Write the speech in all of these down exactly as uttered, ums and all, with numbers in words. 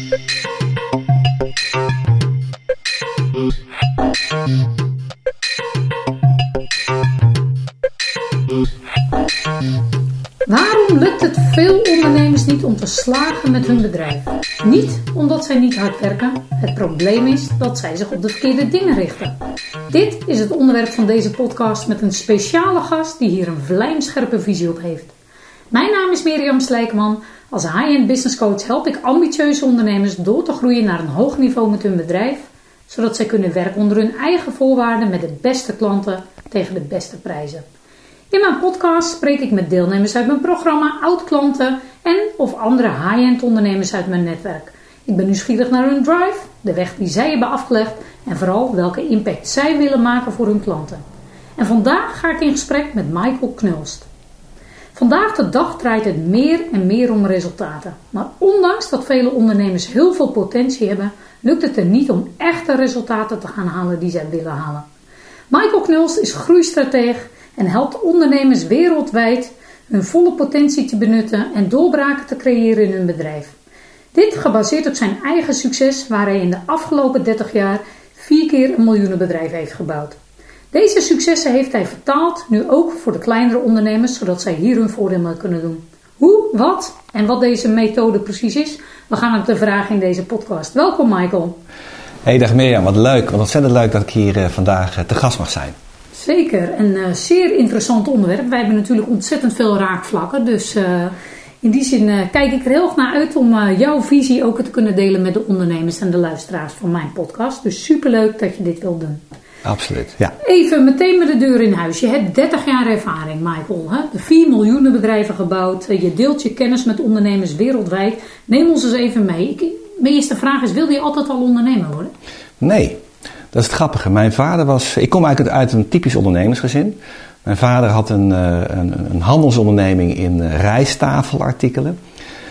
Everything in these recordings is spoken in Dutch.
Waarom lukt het veel ondernemers niet om te slagen met hun bedrijf? Niet omdat zij niet hard werken. Het probleem is dat zij zich op de verkeerde dingen richten. Dit is het onderwerp van deze podcast met een speciale gast die hier een vlijmscherpe visie op heeft. Mijn naam is Mirjam Slijkman. Als high-end business coach help ik ambitieuze ondernemers door te groeien naar een hoog niveau met hun bedrijf, zodat zij kunnen werken onder hun eigen voorwaarden met de beste klanten tegen de beste prijzen. In mijn podcast spreek ik met deelnemers uit mijn programma, oud-klanten en of andere high-end ondernemers uit mijn netwerk. Ik ben nieuwsgierig naar hun drive, de weg die zij hebben afgelegd en vooral welke impact zij willen maken voor hun klanten. En vandaag ga ik in gesprek met Michael Knulst. Vandaag de dag draait het meer en meer om resultaten. Maar ondanks dat vele ondernemers heel veel potentie hebben, lukt het er niet om echte resultaten te gaan halen die zij willen halen. Michael Knulst is groeistrateeg en helpt ondernemers wereldwijd hun volle potentie te benutten en doorbraken te creëren in hun bedrijf. Dit gebaseerd op zijn eigen succes waar hij in de afgelopen dertig jaar vier keer een miljoenenbedrijf heeft gebouwd. Deze successen heeft hij vertaald nu ook voor de kleinere ondernemers, zodat zij hier hun voordeel mee kunnen doen. Hoe, wat en wat deze methode precies is, we gaan het te vragen in deze podcast. Welkom Michael. Hey, dag Mirjam, wat leuk. Wat ontzettend leuk dat ik hier uh, vandaag uh, te gast mag zijn. Zeker, een uh, zeer interessant onderwerp. Wij hebben natuurlijk ontzettend veel raakvlakken, dus uh, in die zin uh, kijk ik er heel erg naar uit om uh, jouw visie ook te kunnen delen met de ondernemers en de luisteraars van mijn podcast. Dus superleuk dat je dit wilt doen. Absoluut, ja. Even meteen met de deur in huis. Je hebt dertig jaar ervaring, Michael. Hè? De vier miljoenen bedrijven gebouwd. Je deelt je kennis met ondernemers wereldwijd. Neem ons eens even mee. Ik, mijn eerste vraag is, wilde je altijd al ondernemer worden? Nee, dat is het grappige. Mijn vader was... Ik kom eigenlijk uit een typisch ondernemersgezin. Mijn vader had een, een, een handelsonderneming in rijstafelartikelen.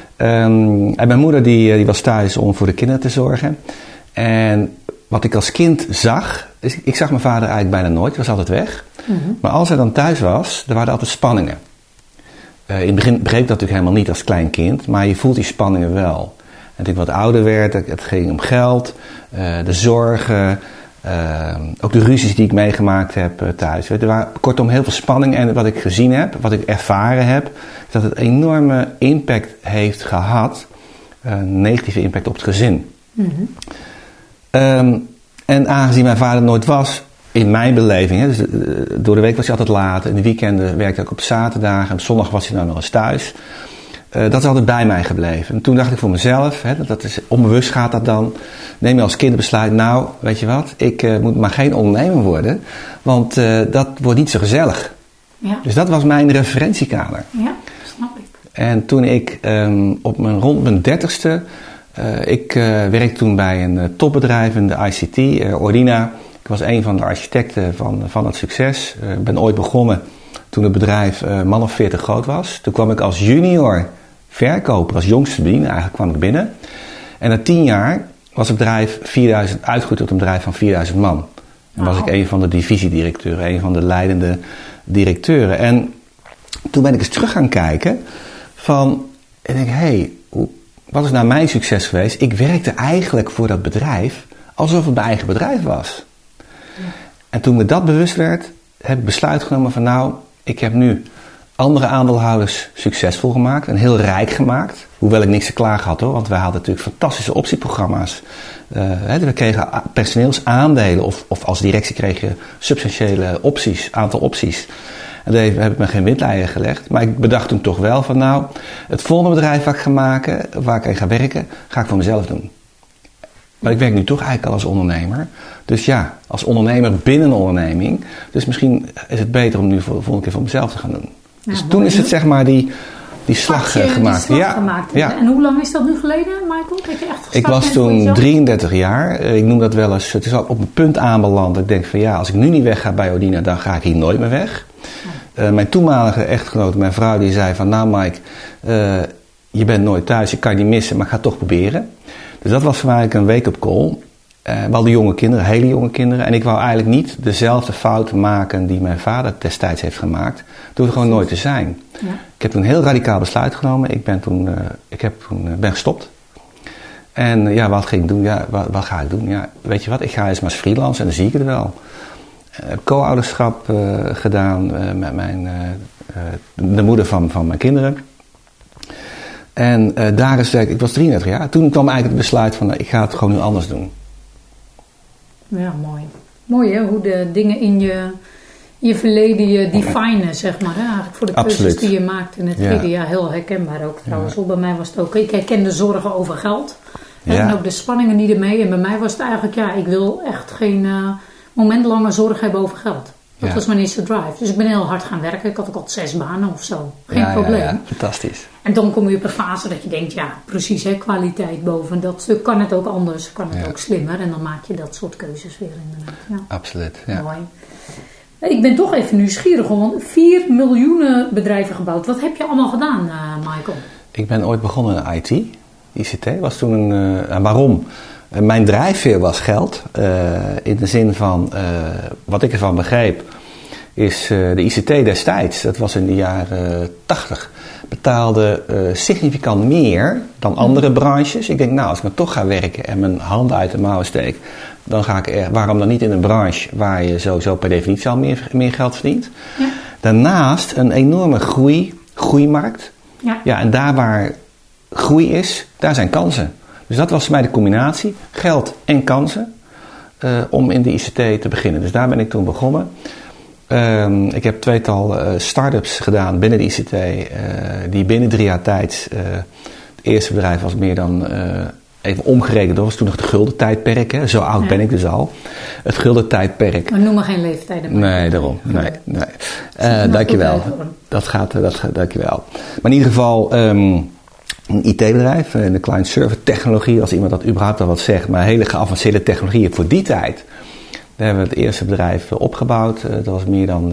Um, en mijn moeder die, die was thuis om voor de kinderen te zorgen. En wat ik als kind zag... Dus ik zag mijn vader eigenlijk bijna nooit. Hij was altijd weg. Mm-hmm. Maar als hij dan thuis was, er waren altijd spanningen. Uh, in het begin begreep ik dat natuurlijk helemaal niet als klein kind. Maar je voelt die spanningen wel. En toen ik wat ouder werd, het ging om geld, uh, de zorgen, uh, ook de ruzies die ik meegemaakt heb uh, thuis. Er waren kortom heel veel spanning. En wat ik gezien heb, wat ik ervaren heb, is dat het enorme impact heeft gehad. Uh, een negatieve impact op het gezin. Mm-hmm. Um, en aangezien mijn vader nooit was, in mijn beleving, hè, dus de, door de week was hij altijd laat. In de weekenden werkte ik op zaterdagen. En op zondag was hij dan nog eens thuis. Uh, dat is altijd bij mij gebleven. En toen dacht ik voor mezelf, hè, dat, dat is, onbewust gaat dat dan. Neem je als kind het besluit, nou, weet je wat, ik uh, moet maar geen ondernemer worden. Want uh, dat wordt niet zo gezellig. Ja. Dus dat was mijn referentiekader. Ja, snap ik. En toen ik um, op mijn, rond mijn dertigste... Uh, ik uh, werkte toen bij een uh, topbedrijf in de I C T, uh, Ordina. Ik was een van de architecten van, van het succes. Ik uh, ben ooit begonnen toen het bedrijf uh, man of veertig groot was. Toen kwam ik als junior verkoper, als jongste bediener eigenlijk kwam ik binnen. En na tien jaar was het bedrijf vierduizend, uitgegroeid tot een bedrijf van vierduizend man. En was ik een van de divisiedirecteuren, een van de leidende directeuren. En toen ben ik eens terug gaan kijken van, en ik denk, hé, hey, hoe... Wat is nou mijn succes geweest? Ik werkte eigenlijk voor dat bedrijf alsof het mijn eigen bedrijf was. Ja. En toen me dat bewust werd, heb ik besluit genomen van nou, ik heb nu andere aandeelhouders succesvol gemaakt en heel rijk gemaakt. Hoewel ik niks te klagen had hoor, want wij hadden natuurlijk fantastische optieprogramma's. Uh, hè, we kregen personeelsaandelen of, of als directie kreeg je substantiële opties, aantal opties. En daar heb ik me geen windeieren gelegd. Maar ik bedacht toen toch wel van nou, het volgende bedrijf wat ik ga maken, waar ik aan ga werken, ga ik voor mezelf doen. Maar ik werk nu toch eigenlijk al als ondernemer. Dus ja, als ondernemer binnen een onderneming. Dus misschien is het beter om nu voor de volgende keer voor mezelf te gaan doen. Ja, dus toen is het zeg maar die, die slag je, gemaakt. Die slag ja, gemaakt. Ja. En hoe lang is dat nu geleden, Michael? Dat je echt ik was toen drieëndertig jaar. Ik noem dat wel eens, het is al op een punt aanbeland. Dat ik denk van ja, als ik nu niet weg ga bij Ordina, dan ga ik hier nooit meer weg. Ja. Uh, mijn toenmalige echtgenoot, mijn vrouw, die zei van nou Mike, uh, je bent nooit thuis, ik kan je niet missen, maar ik ga het toch proberen. Dus dat was voor mij een wake-up call. Uh, we hadden jonge kinderen, hele jonge kinderen. En ik wou eigenlijk niet dezelfde fout maken die mijn vader destijds heeft gemaakt. Door er gewoon nooit te zijn. Ja. Ik heb toen een heel radicaal besluit genomen. Ik ben toen, uh, ik heb toen, uh, ben gestopt. En ja, wat ging ik doen? Ja, wat, wat ga ik doen? Ja, weet je wat, ik ga eens maar als freelance en dan zie ik het wel. Uh, co-ouderschap uh, gedaan uh, met mijn, uh, uh, de moeder van, van mijn kinderen. En uh, daar is ik, ik was drieëndertig jaar. Toen kwam eigenlijk het besluit van, uh, ik ga het gewoon nu anders doen. Ja, mooi. Mooi hè, hoe de dingen in je, in je verleden je definen, zeg maar. Hè? Eigenlijk voor de keuzes Absoluut. die je maakt in het Ja. verleden. Ja, heel herkenbaar ook trouwens. Ja. Bij mij was het ook, ik herkende zorgen over geld. Ja. En ook de spanningen die ermee. En bij mij was het eigenlijk, ja, ik wil echt geen uh, moment langer zorgen hebben over geld. Dat ja. was mijn eerste drive. Dus ik ben heel hard gaan werken. Ik had ook al zes banen of zo. Geen ja, probleem. Ja, ja. Fantastisch. En dan kom je op een fase dat je denkt, ja, precies, hè, kwaliteit boven. Dat stuk kan het ook anders, kan het ja. ook slimmer. En dan maak je dat soort keuzes weer inderdaad. Ja. Absoluut, ja. Mooi. Ik ben toch even nieuwsgierig, want vier miljoenen bedrijven gebouwd. Wat heb je allemaal gedaan, uh, Michael? Ik ben ooit begonnen in I T. I C T was toen een... Uh, waarom? Uh, mijn drijfveer was geld. Uh, in de zin van, uh, wat ik ervan begreep, is uh, de I C T destijds, dat was in de jaren tachtig, betaalde uh, significant meer dan andere branches. Ik denk, nou, als ik maar toch ga werken en mijn handen uit de mouwen steek, dan ga ik er, waarom dan niet in een branche waar je sowieso per definitie al meer, meer geld verdient. Ja. Daarnaast een enorme groei, groeimarkt. Ja. Ja, en daar waar groei is, daar zijn kansen. Dus dat was voor mij de combinatie, geld en kansen, uh, om in de I C T te beginnen. Dus daar ben ik toen begonnen. Um, ik heb tweetal uh, start-ups gedaan binnen de I C T, uh, die binnen drie jaar tijd, uh, het eerste bedrijf was meer dan, uh, even omgerekend, dat was toen nog het gulden tijdperk, hè? Zo oud ja. ben ik dus al. Het gulden tijdperk. Maar noem maar geen leeftijden. Maar nee, daarom. Nee, nee. Uh, dankjewel. Dat gaat, dat gaat, dankjewel. Maar in ieder geval, um, een I T-bedrijf, in de client server technologie, als iemand dat überhaupt al wat zegt, maar hele geavanceerde technologieën voor die tijd. Daar hebben we het eerste bedrijf opgebouwd. Dat was meer dan,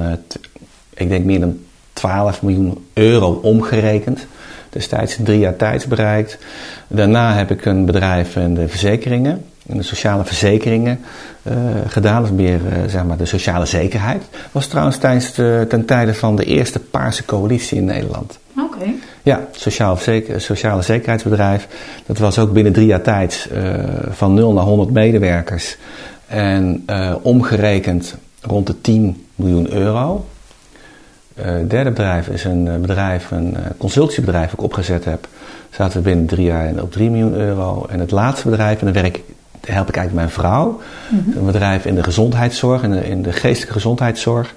ik denk meer dan twaalf miljoen euro omgerekend. Destijds in drie jaar tijd bereikt. Daarna heb ik een bedrijf in de verzekeringen, in de sociale verzekeringen uh, gedaan. Dat is meer uh, zeg maar de sociale zekerheid. Dat was trouwens tijdens de, ten tijde van de eerste Paarse coalitie in Nederland. Oké. Okay. Ja, sociaal verzeker, sociale zekerheidsbedrijf. Dat was ook binnen drie jaar tijd uh, van nul naar honderd medewerkers. En uh, omgerekend rond de tien miljoen euro. Uh, het derde bedrijf is een uh, bedrijf, een uh, consultiebedrijf dat ik opgezet heb. Zaten we binnen drie jaar op drie miljoen euro. En het laatste bedrijf, en dan werk, help ik eigenlijk mijn vrouw. Mm-hmm. Een bedrijf in de gezondheidszorg, in de, in de geestelijke gezondheidszorg.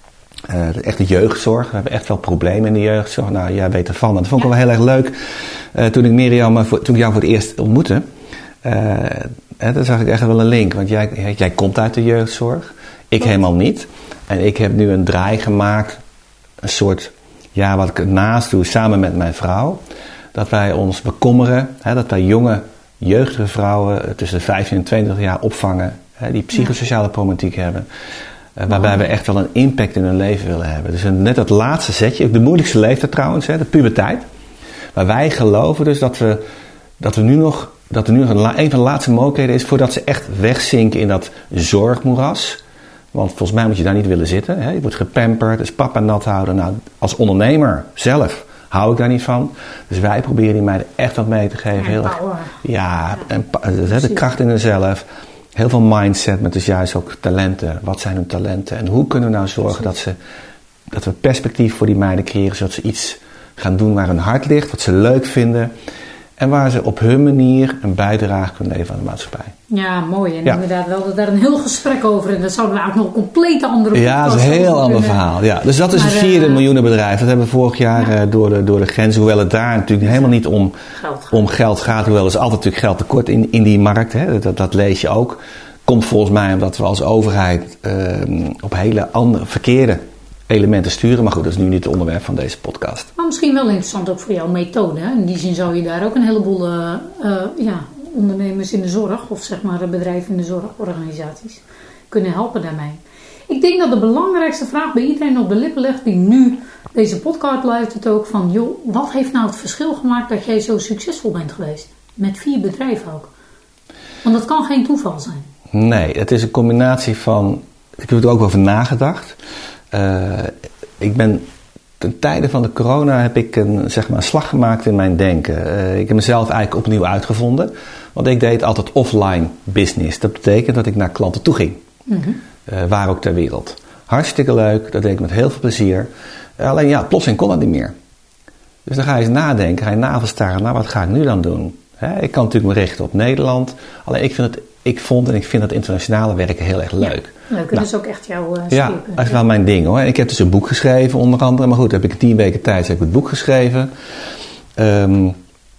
Uh, de echte jeugdzorg. We hebben echt wel problemen in de jeugdzorg. Nou, jij weet ervan. En dat vond ik ja. wel heel erg leuk. Uh, toen ik Mirjam, voor, toen ik jou voor het eerst ontmoette. Uh, hè, dan zag ik echt wel een link. Want jij, jij komt uit de jeugdzorg. Ik helemaal niet. En ik heb nu een draai gemaakt. Een soort, ja, wat ik ernaast doe samen met mijn vrouw. Dat wij ons bekommeren. Hè, dat wij jonge, jeugdige vrouwen tussen de vijftien en tweeëntwintig jaar opvangen. Hè, die psychosociale problematiek hebben. Uh, waarbij we echt wel een impact in hun leven willen hebben. Dus net dat laatste zetje, de moeilijkste leeftijd trouwens, hè, de puberteit. Maar wij geloven dus dat we, dat we nu nog, dat er nu nog een, een van de laatste mogelijkheden is voordat ze echt wegzinken in dat zorgmoeras. Want volgens mij moet je daar niet willen zitten. Hè. Je wordt gepamperd, dus papa nat houden. Nou, als ondernemer zelf hou ik daar niet van. Dus wij proberen die meiden echt wat mee te geven. En heel power. erg, ja, en, de, de kracht in hunzelf. Heel veel mindset, met dus juist ook talenten. Wat zijn hun talenten? En hoe kunnen we nou zorgen dat, ze, dat we perspectief voor die meiden creëren, zodat ze iets gaan doen waar hun hart ligt, wat ze leuk vinden. En waar ze op hun manier een bijdrage kunnen leveren aan de maatschappij. Ja, mooi. En ja. inderdaad wel dat daar een heel gesprek over. En dat zouden we ook nog een complete andere podcast Ja, dat is een heel ander kunnen. verhaal. Ja. Dus dat is maar, een vierde uh, miljoenenbedrijf. Dat hebben we vorig jaar ja. uh, door, de, door de grens. Hoewel het daar natuurlijk helemaal niet om geld gaat. Om geld gaat hoewel er is altijd natuurlijk geld tekort in, in die markt. Hè. Dat, dat lees je ook. Komt volgens mij omdat we als overheid uh, op hele andere, verkeerde elementen sturen. Maar goed, dat is nu niet het onderwerp van deze podcast. Maar misschien wel interessant ook voor jouw methode. Hè? In die zin zou je daar ook een heleboel uh, uh, ja, ondernemers in de zorg, of zeg maar bedrijven in de zorgorganisaties, kunnen helpen daarmee. Ik denk dat de belangrijkste vraag bij iedereen op de lippen ligt die nu deze podcast luistert ook van, joh, wat heeft nou het verschil gemaakt dat jij zo succesvol bent geweest? Met vier bedrijven ook. Want dat kan geen toeval zijn. Nee, het is een combinatie van, ik heb er ook over nagedacht. Uh, ik ben ten tijde van de corona heb ik een, zeg maar, een slag gemaakt in mijn denken. Uh, ik heb mezelf eigenlijk opnieuw uitgevonden. Want ik deed altijd offline business. Dat betekent dat ik naar klanten toe ging. Mm-hmm. Uh, waar ook ter wereld. Hartstikke leuk, dat deed ik met heel veel plezier. Uh, alleen ja, plotseling kon dat niet meer. Dus dan ga je eens nadenken, ga je navelstaren. Nou, wat ga ik nu dan doen? He, ik kan natuurlijk me richten op Nederland. Alleen ik, vind het, ik vond en ik vind dat internationale werken heel erg leuk. Ja, leuk, nou, dat is ook echt jouw uh, ja, dat is wel mijn ding hoor. Ik heb dus een boek geschreven onder andere. Maar goed, heb ik in tien weken tijd heb ik het boek geschreven. Um,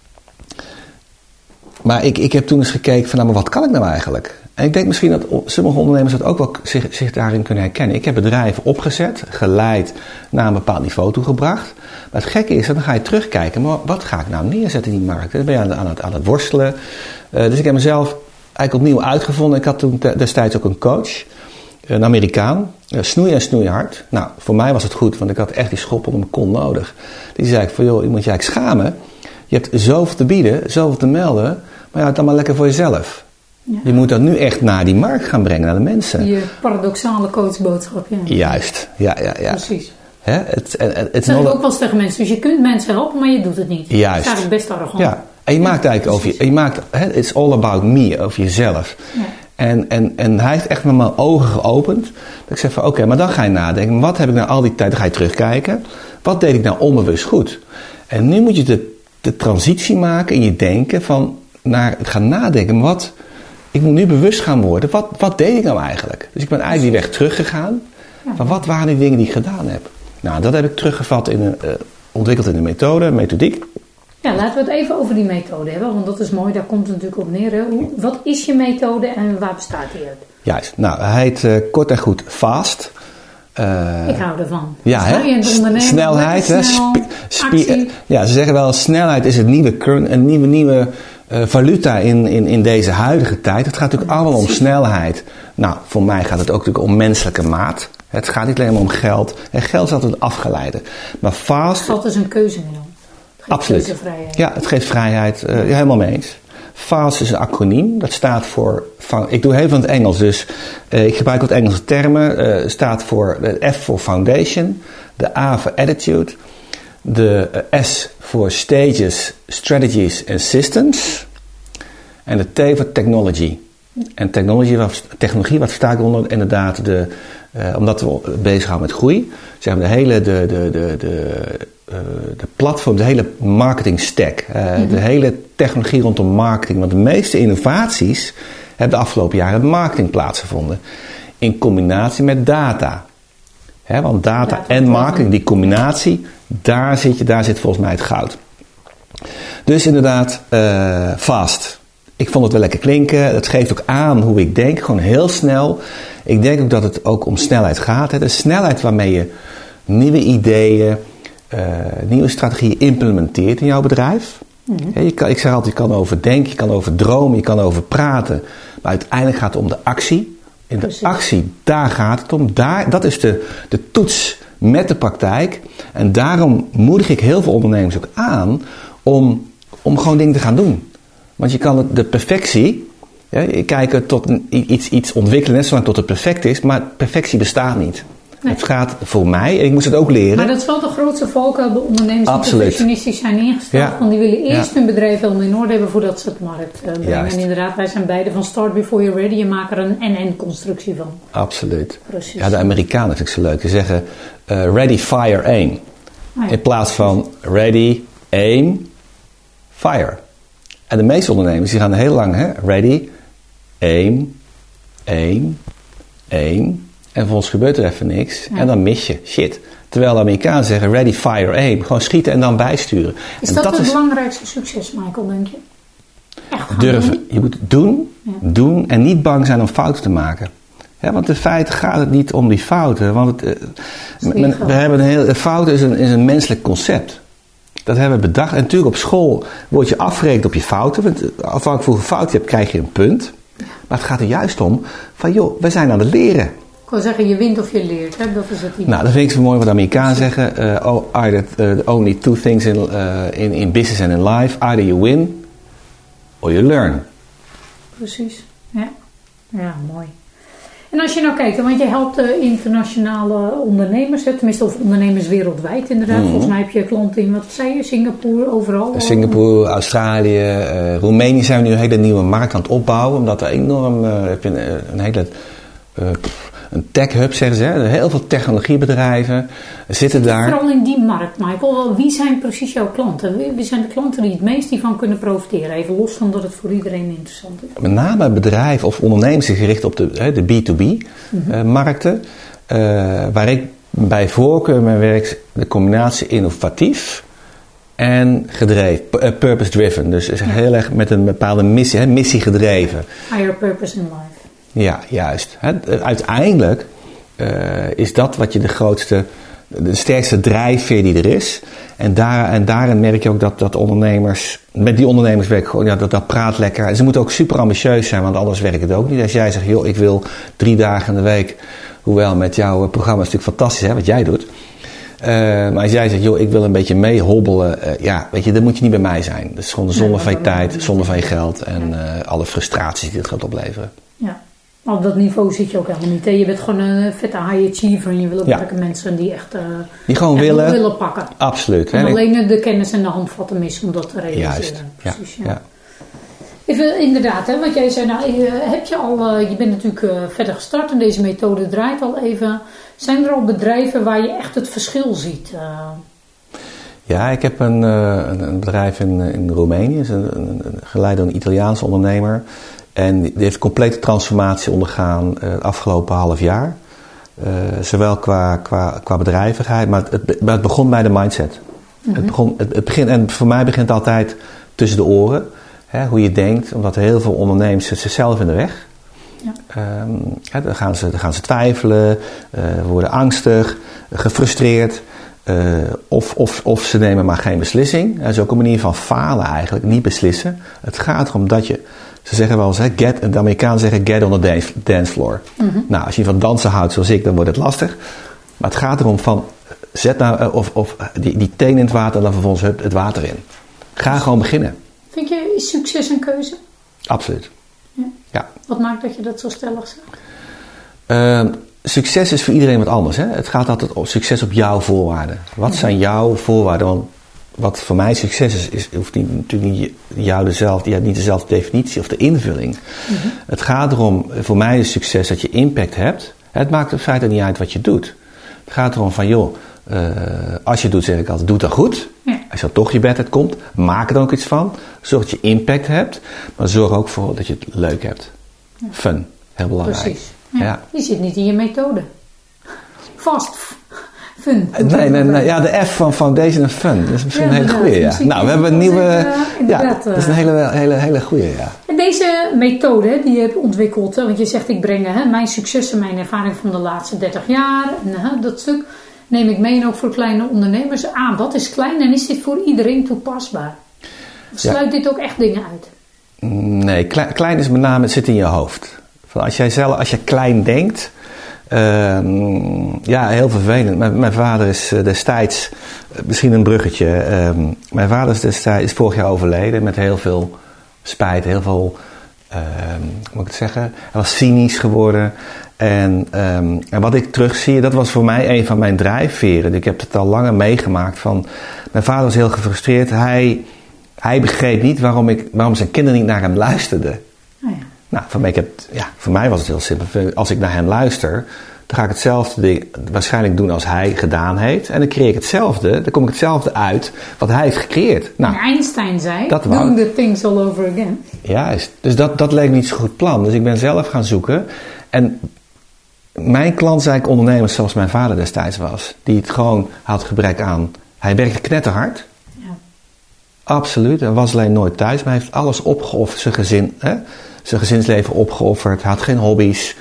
maar ik, ik heb toen eens gekeken van, nou, maar wat kan ik nou eigenlijk? En ik denk misschien dat sommige ondernemers dat ook wel zich, zich daarin kunnen herkennen. Ik heb bedrijven opgezet, geleid, naar een bepaald niveau toegebracht. Maar het gekke is, dat dan ga je terugkijken, maar wat ga ik nou neerzetten in die markt? Dan ben je aan, aan, het, aan het worstelen. Uh, dus ik heb mezelf eigenlijk opnieuw uitgevonden. Ik had toen destijds ook een coach, een Amerikaan, uh, snoei en snoeihard. Nou, voor mij was het goed, want ik had echt die schop onder mijn kont nodig. Die zei ik van, joh, je moet je eigenlijk schamen. Je hebt zoveel te bieden, zoveel te melden, maar ja, het dan maar lekker voor jezelf. Ja. Je moet dat nu echt naar die markt gaan brengen, naar de mensen. Je paradoxale coachboodschap, ja. Juist, ja, ja, ja. Precies. Hè? Het, het, het dat zeg ik ook wel eens tegen mensen. Dus je kunt mensen helpen, maar je doet het niet. Juist. Dat is eigenlijk best arrogant. Ja, en je ja, maakt eigenlijk precies. over je, je maakt, hè, it's all about me, over jezelf. Ja. En, en, en hij heeft echt met mijn ogen geopend. Dat ik zeg van, oké, okay, maar dan ga je nadenken. Wat heb ik nou al die tijd, dan ga je terugkijken. Wat deed ik nou onbewust goed? En nu moet je de, de transitie maken in je denken van, naar het gaan nadenken. Maar wat... Ik moet nu bewust gaan worden, wat, wat deed ik nou eigenlijk? Dus ik ben eigenlijk die weg teruggegaan. Van wat waren die dingen die ik gedaan heb? Nou, dat heb ik teruggevat in een, uh, ontwikkeld in een methode, een methodiek. Ja, laten we het even over die methode hebben, want dat is mooi, daar komt het natuurlijk op neer. Hè? Hoe, wat is je methode en waar bestaat die uit? Juist, nou, hij heet uh, kort en goed FAST. Uh, ik hou ervan. Ja, hè? Snelheid, hè? Spi- spi- ja, ze zeggen wel, snelheid is het nieuwe, current, een nieuwe, nieuwe uh, valuta in, in, in deze huidige tijd. Het gaat natuurlijk ja, allemaal om snelheid. Nou, voor mij gaat het ook natuurlijk om menselijke maat. Het gaat niet alleen maar om geld. En geld is altijd afgeleide. Maar fast... Geld is een keuzemiddel. Het geeft absoluut. Keuzevrijheid. Ja, het geeft vrijheid. Uh, ja, helemaal mee eens. FAST is een acroniem. Dat staat voor... Ik doe heel veel in het Engels, dus uh, ik gebruik wat Engelse termen. Uh, staat voor de F voor foundation. De A voor attitude. De uh, S voor stages, strategies en systems. En de T voor technology. En technology, technologie, wat versta ik onder? Inderdaad, de, uh, omdat we bezighouden met groei. Zeg maar de hele... De, de, de, de, Uh, de platform, de hele marketing stack, uh, mm-hmm. de hele technologie rondom marketing. Want de meeste innovaties hebben de afgelopen jaren in marketing plaatsgevonden. In combinatie met data. He, want data ja, en marketing, die combinatie, daar zit, je, daar zit volgens mij het goud. Dus inderdaad, uh, fast. Ik vond het wel lekker klinken. Het geeft ook aan hoe ik denk. Gewoon heel snel. Ik denk ook dat het ook om snelheid gaat. Hè. De snelheid waarmee je nieuwe ideeën, Uh, nieuwe strategieën implementeert in jouw bedrijf. Mm-hmm. Ja, je kan, ik zeg altijd, je kan over denken, je kan over dromen, je kan over praten. Maar uiteindelijk gaat het om de actie. In de Precies. actie, daar gaat het om. Daar, dat is de, de toets met de praktijk. En daarom moedig ik heel veel ondernemers ook aan om, om gewoon dingen te gaan doen. Want je kan het, de perfectie, ja, je kijkt tot een, iets, iets ontwikkelen, net zolang tot het perfect is. Maar perfectie bestaat niet. Nee. Het gaat voor mij, en ik moest het ook leren. Maar dat is wel de grootste valkuil bij ondernemers die Absoluut. perfectionistisch zijn ingesteld. Ja. Want die willen eerst ja. hun bedrijf helemaal in orde hebben voordat ze het markt uh, brengen. Juist. En inderdaad, wij zijn beide van start before you're ready. Je maakt er een en-en constructie van. Absoluut. Precies. Ja, de Amerikanen vind ik zo leuk. Die zeggen uh, ready, fire, aim. Ah, ja. In plaats van ready, aim, fire. En de meeste ondernemers die gaan heel lang, hè? Ready, aim, aim, aim. En vervolgens gebeurt er even niks. Ja. En dan mis je. Shit. Terwijl de Amerikanen zeggen ready, fire, aim. Gewoon schieten en dan bijsturen. Is en dat, dat het is belangrijkste succes, Michael, denk je? Echt gaan durven. Doen? Je moet doen, ja. doen en niet bang zijn om fouten te maken. Ja, want in feite gaat het niet om die fouten. Want het, uh, men, we hebben een heel, fouten is een, is een menselijk concept. Dat hebben we bedacht. En natuurlijk op school word je afgerekend op je fouten. Want afhankelijk van hoeveel fouten je hebt, krijg je een punt. Ja. Maar het gaat er juist om van joh, we zijn aan het leren. Ik wil zeggen, je wint of je leert. Hè? Dat is het idee. Nou, dat vind ik zo mooi wat de Amerikanen zeggen. Uh, oh, either, uh, only two things in, uh, in, in business and in life. Either you win or you learn. Precies. Ja, ja mooi. En als je nou kijkt, want je helpt uh, internationale ondernemers, hè, tenminste of ondernemers wereldwijd inderdaad. Mm-hmm. Volgens mij heb je klanten in, wat zei je, Singapore, overal? Singapore, Australië, uh, Roemenië zijn we nu een hele nieuwe markt aan het opbouwen. Omdat er enorm, uh, heb je een, een hele... Uh, Een tech-hub, zeggen ze. Hè? Heel veel technologiebedrijven zitten daar. Vooral in die markt, Michael. Wie zijn precies jouw klanten? Wie zijn de klanten die het meest hiervan kunnen profiteren? Even los van dat het voor iedereen interessant is. Met name bedrijven of ondernemers die gericht op de, de B to B mm-hmm. uh, markten. Uh, waar ik bij voorkeur mijn werk de combinatie innovatief en gedreven. Uh, purpose driven. Dus is heel erg met een bepaalde missie. Hè? Missie gedreven. Higher purpose in life. Ja, juist. Uiteindelijk uh, is dat wat je de grootste, de sterkste drijfveer die er is. En, daar, en daarin merk je ook dat, dat ondernemers, met die ondernemers werken gewoon, ja, dat, dat praat lekker. En ze moeten ook super ambitieus zijn, want anders werkt het ook niet. Als jij zegt, joh, ik wil drie dagen in de week, hoewel met jouw programma is natuurlijk fantastisch, hè, wat jij doet. Uh, maar als jij zegt, joh, ik wil een beetje meehobbelen, uh, ja, weet je, dan moet je niet bij mij zijn. Dat is gewoon de zonde van je tijd, zonde van je geld en uh, alle frustraties die het gaat opleveren. Ja. Maar op dat niveau zit je ook helemaal niet. Hè? Je bent gewoon een vette high achiever en je wil ook ja. werken mensen die echt, uh, die gewoon echt willen, willen pakken. Absoluut. En hè? alleen de kennis en de handvatten mis om dat te realiseren. Juist. Precies, ja. Ja. Ja. Even inderdaad, hè, want jij zei, nou, heb je al, uh, je bent natuurlijk uh, verder gestart en deze methode draait al even. Zijn er al bedrijven waar je echt het verschil ziet? Uh? Ja, ik heb een, uh, een, een bedrijf in, in Roemenië, is een, een, een, geleid door een Italiaanse ondernemer. En die heeft een complete transformatie ondergaan uh, het afgelopen half jaar. Uh, zowel qua, qua, qua bedrijvigheid, maar het, maar het begon bij de mindset. Mm-hmm. Het begon, het, het begint, en voor mij begint het altijd tussen de oren. Hè, hoe je denkt, omdat heel veel ondernemers zitten zichzelf in de weg. Ja. Um, hè, dan, gaan ze, dan gaan ze twijfelen, uh, worden angstig, gefrustreerd. Uh, of, of, of ze nemen maar geen beslissing. Dat is ook een manier van falen eigenlijk, niet beslissen. Het gaat erom dat je... Ze zeggen wel eens, hè, get, de Amerikanen zeggen get on the dance, dance floor. Mm-hmm. Nou, als je van dansen houdt zoals ik, dan wordt het lastig. Maar het gaat erom van, zet nou, of, of die, die teen in het water en dan vervolgens hup, het water in. Ga gewoon beginnen. Vind je succes een keuze? Absoluut. Ja. Ja. Wat maakt dat je dat zo stellig zegt? Uh, succes is voor iedereen wat anders. Hè? Het gaat altijd om succes op jouw voorwaarden. Wat mm-hmm. zijn jouw voorwaarden? Want wat voor mij succes is, is hoeft niet, natuurlijk niet jou dezelfde, je hebt niet dezelfde definitie of de invulling. Mm-hmm. Het gaat erom, voor mij is succes dat je impact hebt. Het maakt in feite niet uit wat je doet. Het gaat erom van, joh, uh, als je het doet, zeg ik altijd, doe het dan goed. Ja. Als je dan toch je bed uitkomt, maak er dan ook iets van. Zorg dat je impact hebt, maar zorg ook voor dat je het leuk hebt. Ja. Fun, heel belangrijk. Precies. Ja. Ja. Je zit niet in je methode. Vast. Fun. Nee, nee, nee, ja, de F van foundation en fun. Dat is misschien ja, een hele goeie, ja. Nou, we hebben een nieuwe... Uh, ja, dat is een hele, hele, hele goeie, ja. En deze methode die je hebt ontwikkeld, want je zegt ik breng hè, mijn succes en mijn ervaring van de laatste dertig jaar. En hè, dat stuk neem ik mee en ook voor kleine ondernemers. Ah, wat is klein en is dit voor iedereen toepasbaar? Of sluit ja. dit ook echt dingen uit? Nee, klein, klein is met name, het zit in je hoofd. Als jij zelf, als je klein denkt... Uh, ja, heel vervelend. Mijn, mijn vader is destijds, misschien een bruggetje. Uh, mijn vader is destijds is vorig jaar overleden met heel veel spijt, heel veel, uh, hoe moet ik het zeggen? Hij was cynisch geworden. En, um, en wat ik terugzie, dat was voor mij een van mijn drijfveren. Ik heb het al langer meegemaakt. Van, mijn vader was heel gefrustreerd. Hij, hij begreep niet waarom, ik, waarom zijn kinderen niet naar hem luisterden. Oh ja. Nou, voor mij, ik heb, ja, voor mij was het heel simpel. Als ik naar hem luister, dan ga ik hetzelfde ding waarschijnlijk doen als hij gedaan heeft. En dan creëer ik hetzelfde, dan kom ik hetzelfde uit wat hij heeft gecreëerd. Nou, en Einstein zei, doing the things all over again. Juist, dus dat, dat leek niet zo'n goed plan. Dus ik ben zelf gaan zoeken. En mijn klant zijn eigenlijk ondernemers zoals mijn vader destijds was. Die het gewoon had gebrek aan. Hij werkte knetterhard. Ja. Absoluut. Hij was alleen nooit thuis. Maar hij heeft alles opgeofferd. Zijn gezin, hè? Zijn gezinsleven opgeofferd. Hij had geen hobby's.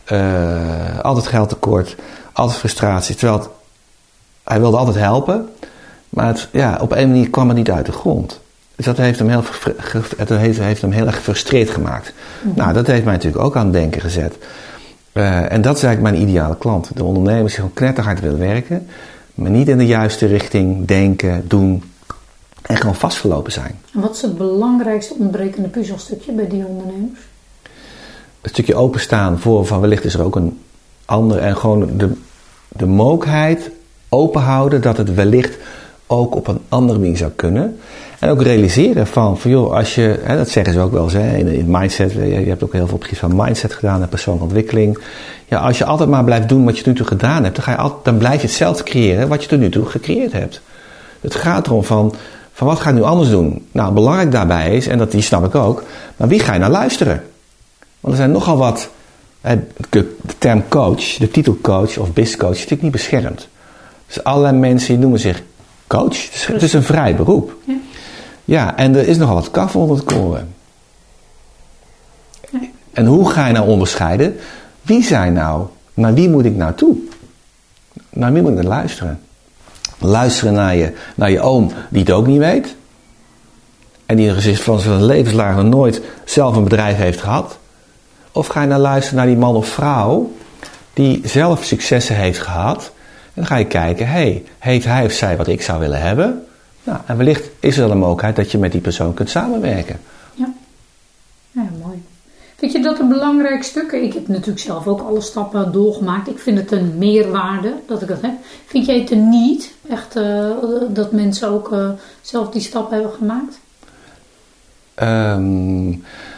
Uh, altijd geld tekort. Altijd frustratie. Terwijl het, hij wilde altijd helpen. Maar het, ja, op een manier kwam het niet uit de grond. Dus dat heeft hem heel, het heeft, heeft hem heel erg gefrustreerd gemaakt. Mm-hmm. Nou, dat heeft mij natuurlijk ook aan het denken gezet. Uh, en dat is eigenlijk mijn ideale klant. De ondernemers die gewoon knetterhard willen werken. Maar niet in de juiste richting denken, doen. En gewoon vastgelopen zijn. En wat is het belangrijkste ontbrekende puzzelstukje bij die ondernemers? een stukje openstaan voor van wellicht is er ook een ander. En gewoon de, de mogelijkheid open houden dat het wellicht ook op een andere manier zou kunnen. En ook realiseren van, van joh, als je, hè, dat zeggen ze ook wel eens, hè, in, in mindset, je hebt ook heel veel op het gebied van mindset gedaan en persoonlijke ontwikkeling. Ja, als je altijd maar blijft doen wat je tot nu toe gedaan hebt, dan, ga je altijd, dan blijf je hetzelfde creëren wat je tot nu toe gecreëerd hebt. Het gaat erom van, van wat ga ik nu anders doen? Nou, belangrijk daarbij is, en dat die snap ik ook, maar wie ga je naar luisteren? Want er zijn nogal wat, hè, de term coach, de titel coach of business coach is natuurlijk niet beschermd. Dus allerlei mensen die noemen zich coach. Het is, het is een vrij beroep. Ja. Ja, en er is nogal wat kaf onder het koren. Ja. En hoe ga je nou onderscheiden? Wie zijn nou? Naar wie moet ik nou toe? Naar wie moet ik naar luisteren? Luisteren naar je, naar je oom die het ook niet weet. En die van zijn levenslang nog nooit zelf een bedrijf heeft gehad. Of ga je nou luisteren naar die man of vrouw die zelf successen heeft gehad. En dan ga je kijken, hey, heeft hij of zij wat ik zou willen hebben? Nou, en wellicht is er wel een mogelijkheid dat je met die persoon kunt samenwerken. Ja, ja mooi. Vind je dat een belangrijk stuk? Ik heb natuurlijk zelf ook alle stappen doorgemaakt. Ik vind het een meerwaarde dat ik dat heb. Vind jij het er niet? Echt uh, dat mensen ook uh, zelf die stap hebben gemaakt? Um,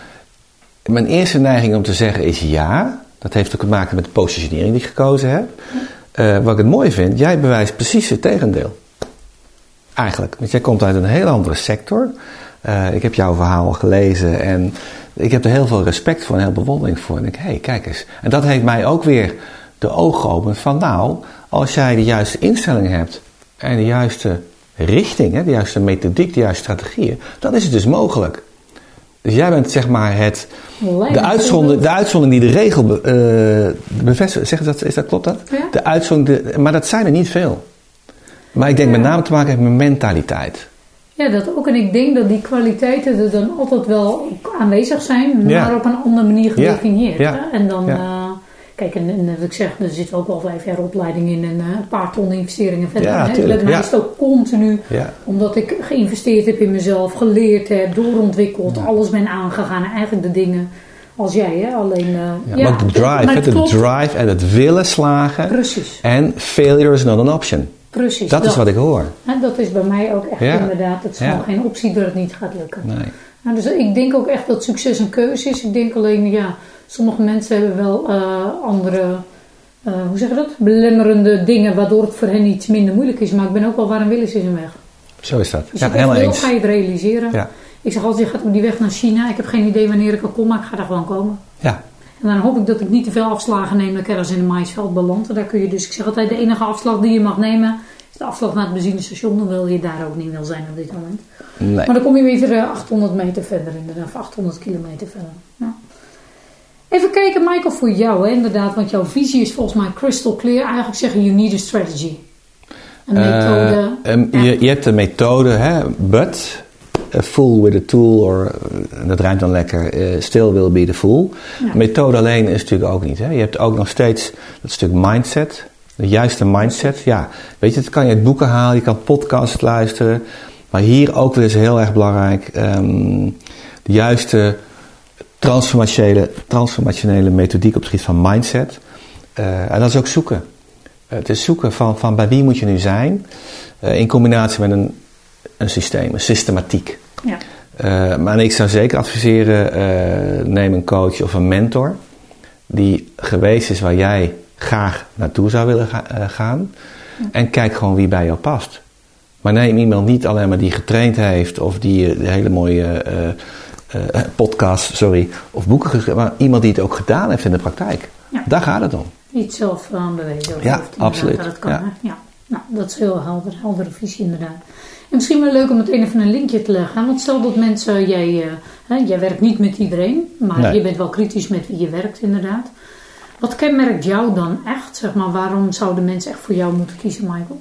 mijn eerste neiging om te zeggen is ja. Dat heeft ook te maken met de positionering die ik gekozen heb. Ja. Uh, wat ik het mooi vind, jij bewijst precies het tegendeel. Eigenlijk, want jij komt uit een heel andere sector. Uh, ik heb jouw verhaal gelezen en ik heb er heel veel respect voor en heel bewondering voor. En ik denk, hé, hey, kijk eens. En dat heeft mij ook weer de ogen geopend van, nou, als jij de juiste instelling hebt en de juiste richting, hè, de juiste methodiek, de juiste strategieën, dan is het dus mogelijk. Dus jij bent zeg maar het, de, uitzondering, de uitzondering die de regel uh, bevestigt. Zeg dat, is dat, klopt dat? Ja? De uitzondering, de, maar dat zijn er niet veel. Maar ik denk ja. met name te maken heeft met mentaliteit. Ja, dat ook. En ik denk dat die kwaliteiten er dan altijd wel aanwezig zijn, maar ja. op een andere manier gedefinieerd. Ja. Ja. En dan, ja. uh, kijk, en, en wat ik zeg, er zit ook al vijf jaar opleiding in en uh, een paar ton investeringen verder. Ja, hè? Bij mij ja. is het ook continu, ja. omdat ik geïnvesteerd heb in mezelf, geleerd heb, doorontwikkeld, ja. alles ben aangegaan. En eigenlijk de dingen als jij, hè? Alleen... Uh, ja, ja, maar de drive, maar de drive en het willen slagen. Precies. En failure is not an option. Precies. Dat, dat is wat ik hoor. En dat is bij mij ook echt ja. inderdaad. Het is ja. gewoon geen optie dat het niet gaat lukken. Nee. Nou, dus ik denk ook echt dat succes een keuze is. Ik denk alleen, ja, sommige mensen hebben wel uh, andere, uh, hoe zeg je dat? Belemmerende dingen waardoor het voor hen iets minder moeilijk is. Maar ik ben ook wel waar een wil is, is een weg. Zo is dat. Dus ja, als helemaal je wil, eens. ga je het realiseren. Ja. Ik zeg altijd, je gaat op die weg naar China. Ik heb geen idee wanneer ik er kom, maar ik ga daar gewoon komen. Ja. En dan hoop ik dat ik niet te veel afslagen neem dat ik ergens in een maïsveld beland. En daar kun je dus, ik zeg altijd, de enige afslag die je mag nemen is de afslag naar het benzinestation. Dan wil je daar ook niet wil zijn op dit moment. Nee. Maar dan kom je weer achthonderd meter verder inderdaad, of achthonderd kilometer verder. Ja. Even kijken, Michael, voor jou hè, inderdaad, want jouw visie is volgens mij crystal clear. Eigenlijk zeggen, you need a strategy. Een methode. Uh, um, je, je hebt een methode, hè, but a fool with a tool, or, uh, dat rijmt dan lekker, uh, still will be the fool. Ja. Methode alleen is natuurlijk ook niet. Hè. Je hebt ook nog steeds dat stuk mindset, de juiste mindset. Ja, weet je, dat kan je uit boeken halen, je kan podcasts luisteren. Maar hier ook weer is heel erg belangrijk, um, de juiste transformationele, transformationele methodiek op het gebied van mindset. Uh, en dat is ook zoeken. Uh, het is zoeken van, van bij wie moet je nu zijn, uh, in combinatie met een, een systeem, een systematiek. Ja. Uh, maar ik zou zeker adviseren, uh, neem een coach of een mentor die geweest is waar jij graag naartoe zou willen ga, uh, gaan. Ja. En kijk gewoon wie bij jou past. Maar neem iemand niet alleen maar die getraind heeft of die uh, de hele mooie uh, uh, podcast, sorry, of boeken geschreven, maar iemand die het ook gedaan heeft in de praktijk. Ja. Daar gaat het om. Niet zelf aan uh, bewezen. Ja, absoluut. Dat kan, ja. ja. Nou, dat is heel helder, heldere visie inderdaad. En misschien wel leuk om meteen even een linkje te leggen. Want stel dat mensen, jij, uh, hè, jij werkt niet met iedereen, maar nee. je bent wel kritisch met wie je werkt inderdaad. Wat kenmerkt jou dan echt? Zeg maar, waarom zouden mensen echt voor jou moeten kiezen, Michael?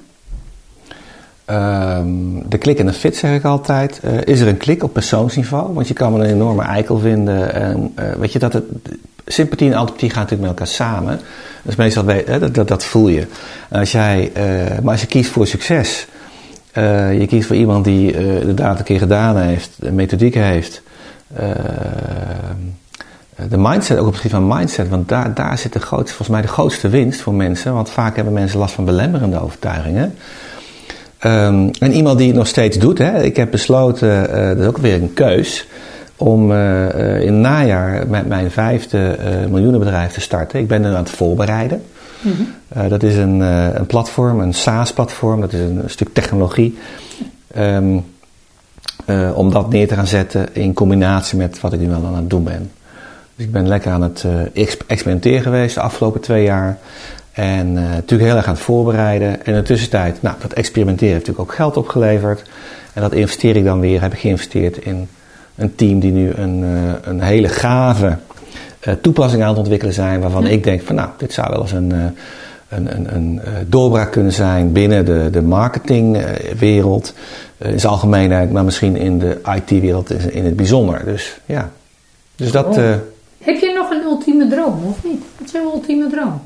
Um, de klik en de fit zeg ik altijd. Uh, is er een klik op persoonsniveau? Want je kan wel een enorme eikel vinden. En, uh, weet je, dat het, sympathie en antipathie gaan natuurlijk met elkaar samen. Dus meestal hè, dat, dat, dat voel je. En als jij, uh, maar als je kiest voor succes. Uh, je kiest voor iemand die uh, de daad een keer gedaan heeft. De methodiek heeft. Uh, de mindset, ook op het gebied van mindset, want daar, daar zit de grootste, volgens mij de grootste winst voor mensen, want vaak hebben mensen last van belemmerende overtuigingen. Um, en iemand die het nog steeds doet, hè, ik heb besloten, uh, dat is ook weer een keus, om uh, uh, in het najaar met mijn vijfde uh, miljoenenbedrijf te starten. Ik ben er aan het voorbereiden. Mm-hmm. Uh, dat is een, uh, een platform, een SaaS-platform, dat is een, een stuk technologie. Um, uh, om dat neer te gaan zetten in combinatie met wat ik nu wel aan het doen ben. Dus ik ben lekker aan het uh, experimenteren geweest de afgelopen twee jaar. En uh, natuurlijk heel erg aan het voorbereiden. En in de tussentijd, nou, dat experimenteren heeft natuurlijk ook geld opgeleverd. En dat investeer ik dan weer, heb ik geïnvesteerd in een team die nu een, uh, een hele gave uh, toepassing aan het ontwikkelen zijn. Waarvan ja. ik denk van nou, dit zou wel eens een, uh, een, een, een uh, doorbraak kunnen zijn binnen de, de marketingwereld. Uh, in zijn algemeenheid, maar misschien in de I T-wereld in, in het bijzonder. Dus ja, dus dat... Oh. Uh, heb je nog een ultieme droom of niet? Wat is jouw ultieme droom?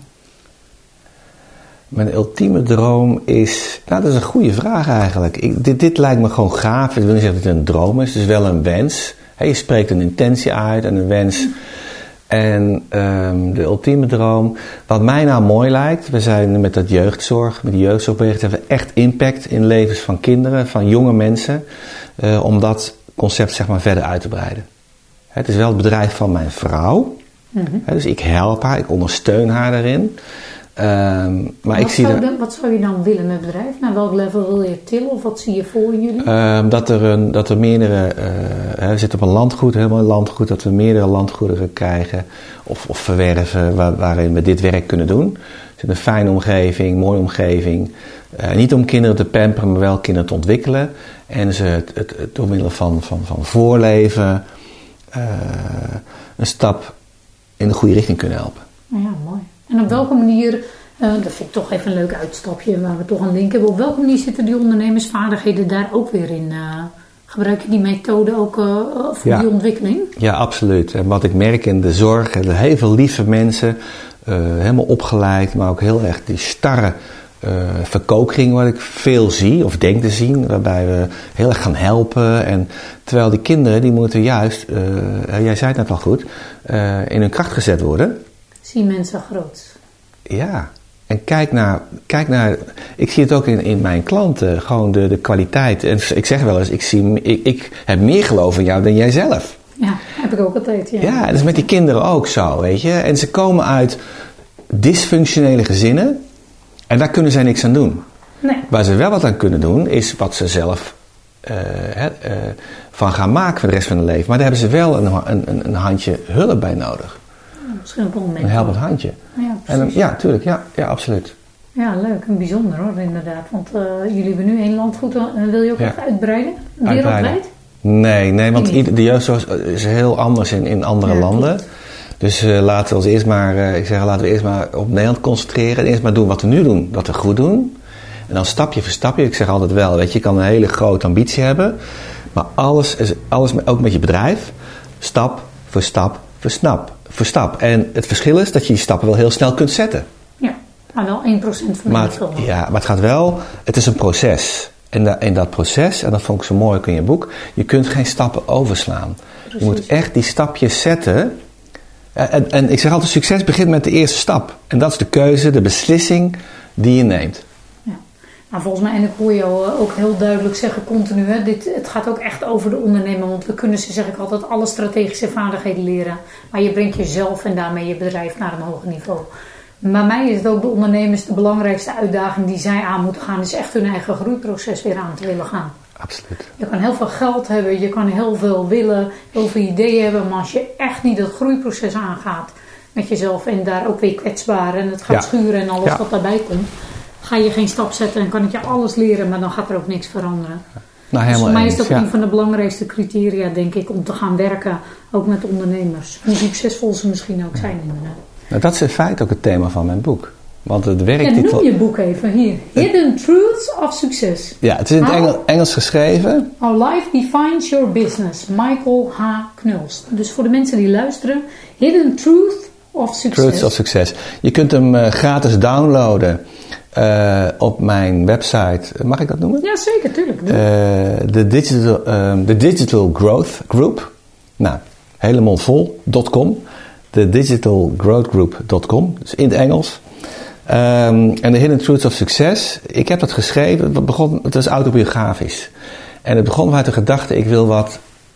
Mijn ultieme droom is... Nou, dat is een goede vraag eigenlijk. Ik, dit, dit lijkt me gewoon gaaf. Ik wil niet zeggen dat het een droom is. Het is wel een wens. He, je spreekt een intentie uit en een wens. En um, de ultieme droom... Wat mij nou mooi lijkt... We zijn met dat jeugdzorg, met die jeugdzorgproject... hebben we echt impact in levens van kinderen, van jonge mensen... Uh, om dat concept zeg maar verder uit te breiden. Het is wel het bedrijf van mijn vrouw. Mm-hmm. He, dus ik help haar, ik ondersteun haar daarin... Um, maar wat, ik zie zou de, de, wat zou je dan willen met het bedrijf? Naar welk level wil je tillen? Of wat zie je voor jullie? Um, dat, er een, dat er meerdere... Uh, we zitten op een landgoed, helemaal een landgoed... dat we meerdere landgoederen krijgen... of, of verwerven waar, waarin we dit werk kunnen doen. Het is een fijne omgeving, mooie omgeving. Uh, niet om kinderen te pamperen, maar wel kinderen te ontwikkelen. En ze het, het, het door middel van, van, van voorleven... Uh, een stap in de goede richting kunnen helpen. Ja, mooi. En op welke manier, uh, dat vind ik toch even een leuk uitstapje waar we toch een link hebben. Op welke manier zitten die ondernemersvaardigheden daar ook weer in? Uh, gebruik je die methode ook uh, voor ja. die ontwikkeling? Ja, absoluut. En wat ik merk in de zorg, er heel veel lieve mensen, uh, helemaal opgeleid, maar ook heel erg die starre uh, verkokering wat ik veel zie of denk te zien. Waarbij we heel erg gaan helpen. En terwijl die kinderen, die moeten juist, uh, jij zei het net al goed, uh, in hun kracht gezet worden. Zie mensen groot. Ja, en kijk naar, kijk naar ik zie het ook in, in mijn klanten, gewoon de, de kwaliteit. En ik zeg wel eens, ik, zie, ik, ik heb meer geloof in jou dan jij zelf. Ja, heb ik ook altijd, ja. Ja, dat is met die kinderen ook zo, weet je. En ze komen uit dysfunctionele gezinnen en daar kunnen zij niks aan doen. Nee. Waar ze wel wat aan kunnen doen, is wat ze zelf uh, uh, van gaan maken voor de rest van hun leven. Maar daar hebben ze wel een, een, een handje hulp bij nodig. Misschien ook wel een, een helpend handje. Ja, en, ja, tuurlijk. Ja, ja, absoluut. Ja, leuk en bijzonder hoor, inderdaad. Want uh, jullie hebben nu één landgoed. Uh, wil je ook ja. echt uitbreiden? Wereldwijd? Nee, nee, want ieder, de jeugdzorg is heel anders in, in andere ja, landen. Klopt. Dus uh, laten we ons eerst maar, uh, ik zeg, laten we eerst maar op Nederland concentreren. En eerst maar doen wat we nu doen, wat we goed doen. En dan stapje voor stapje. Ik zeg altijd wel, weet je, je kan een hele grote ambitie hebben. Maar alles, is, alles ook met je bedrijf. Stap voor stap voor stap. Voor stap. En het verschil is dat je die stappen wel heel snel kunt zetten. Ja, maar wel één procent van de maar, Ja, maar het gaat wel, het is een proces. En, da, en dat proces, en dat vond ik zo mooi ook in je boek, je kunt geen stappen overslaan. Precies. Je moet echt die stapjes zetten. En, en ik zeg altijd, succes begint met de eerste stap. En dat is de keuze, de beslissing die je neemt. Ja. Nou, volgens mij, en ik hoor jou ook heel duidelijk zeggen continu, hè, dit, het gaat ook echt over de ondernemer. Want we kunnen ze, zeg ik altijd, alle strategische vaardigheden leren. Maar je brengt jezelf en daarmee je bedrijf naar een hoger niveau. Maar mij is het ook de ondernemers de belangrijkste uitdaging die zij aan moeten gaan. Is echt hun eigen groeiproces weer aan te willen gaan. Absoluut. Je kan heel veel geld hebben, je kan heel veel willen, heel veel ideeën hebben. Maar als je echt niet dat groeiproces aangaat met jezelf en daar ook weer kwetsbaar en het gaat ja. schuren en alles ja. wat daarbij komt. Ga je geen stap zetten en kan ik je alles leren, maar dan gaat er ook niks veranderen. Nou, dus voor mij is dat ja. een van de belangrijkste criteria, denk ik, om te gaan werken. Ook met ondernemers. Hoe succesvol ze misschien ook zijn inderdaad. Nou, dat is in feite ook het thema van mijn boek. Want het werkt. Ja, noem je boek even hier. Hidden Truths of Success. Ja, het is in het Engel, Engels geschreven. How Life Defines Your Business. Michael H. Knulst. Dus voor de mensen die luisteren. Hidden Truth of Success. Truths of Success. Je kunt hem uh, gratis downloaden. Uh, op mijn website. Mag ik dat noemen? Ja, zeker, tuurlijk. De uh, digital, uh, digital Growth Group. Nou, hele mond vol, .com. De digital growth group dot com, dus in het Engels. Um, en The Hidden Truths of Success. Ik heb dat geschreven, het, begon, het was autobiografisch. En het begon vanuit de gedachte, ik wil wat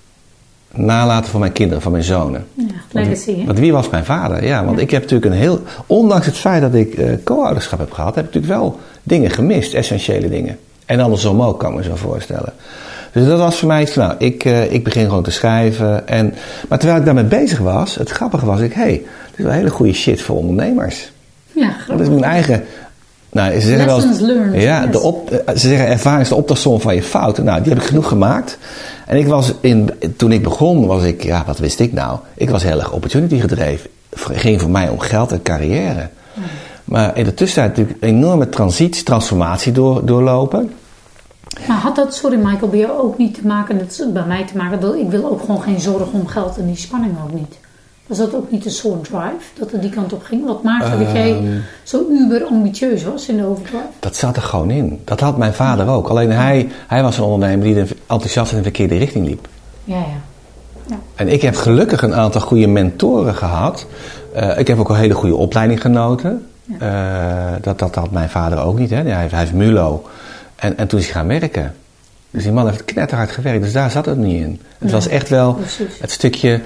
nalaten voor mijn kinderen, van mijn zonen. Ja, legacy, want, want wie was mijn vader? Ja, want ja. ik heb natuurlijk een heel... Ondanks het feit dat ik uh, co-ouderschap heb gehad, heb ik natuurlijk wel dingen gemist, essentiële dingen. En andersom ook, kan ik me zo voorstellen. Dus dat was voor mij iets, nou, ik, uh, ik begin gewoon te schrijven. En, maar terwijl ik daarmee bezig was, het grappige was, ik, hé, hey, dit is wel hele goede shit voor ondernemers. Ja, grappig. Dat is mijn eigen... Nou, ze zeggen Lessons wel, learned. Ja, yes. de op, ze zeggen ervaring is de optelsom van je fouten. Nou, die heb ik genoeg gemaakt. En ik was in, toen ik begon, was ik, ja, wat wist ik nou? Ik was heel erg opportunity gedreven. Het ging voor mij om geld en carrière. Ja. Maar in de tussentijd natuurlijk een enorme transitie, transformatie door, doorlopen. Maar had dat, sorry Michael, bij jou ook niet te maken, dat is bij mij te maken, dat ik wil ook gewoon geen zorg om geld en die spanning ook niet. Was dat ook niet een soort drive, dat het die kant op ging? Wat maakte um, dat jij zo uber ambitieus was in de overdrive? Dat zat er gewoon in. Dat had mijn vader ook. Alleen hij, hij was een ondernemer die enthousiast in de verkeerde richting liep. Ja, ja. ja. En ik heb gelukkig een aantal goede mentoren gehad. Uh, ik heb ook een hele goede opleiding genoten. Ja. Uh, dat, dat had mijn vader ook niet. Hè. Hij, heeft, hij heeft MULO. En, en toen is hij gaan werken. Dus die man heeft knetterhard gewerkt. Dus daar zat het niet in. Het ja, was echt wel precies. Het stukje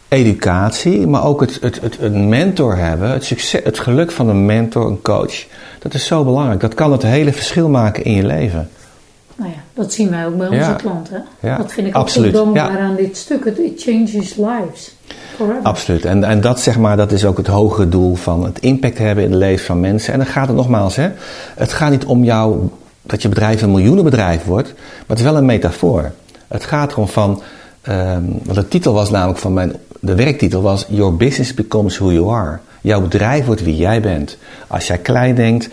educatie, maar ook het, het, het, een mentor hebben. Het, succes, het geluk van een mentor, een coach. Dat is zo belangrijk. Dat kan het hele verschil maken in je leven. Nou ja, dat zien wij ook bij onze ja. klanten. Ja, dat vind ik absoluut. ook zo dankbaar ja. aan dit stuk. It changes lives. Forever. Absoluut. En, en dat, zeg maar, dat is ook het hogere doel van het impact hebben in het leven van mensen. En dan gaat het nogmaals, hè. Het gaat niet om jou, dat je bedrijf een miljoenenbedrijf wordt. Maar het is wel een metafoor. Het gaat erom van, um, want de titel was namelijk van mijn, de werktitel was Your business becomes who you are. Jouw bedrijf wordt wie jij bent. Als jij klein denkt,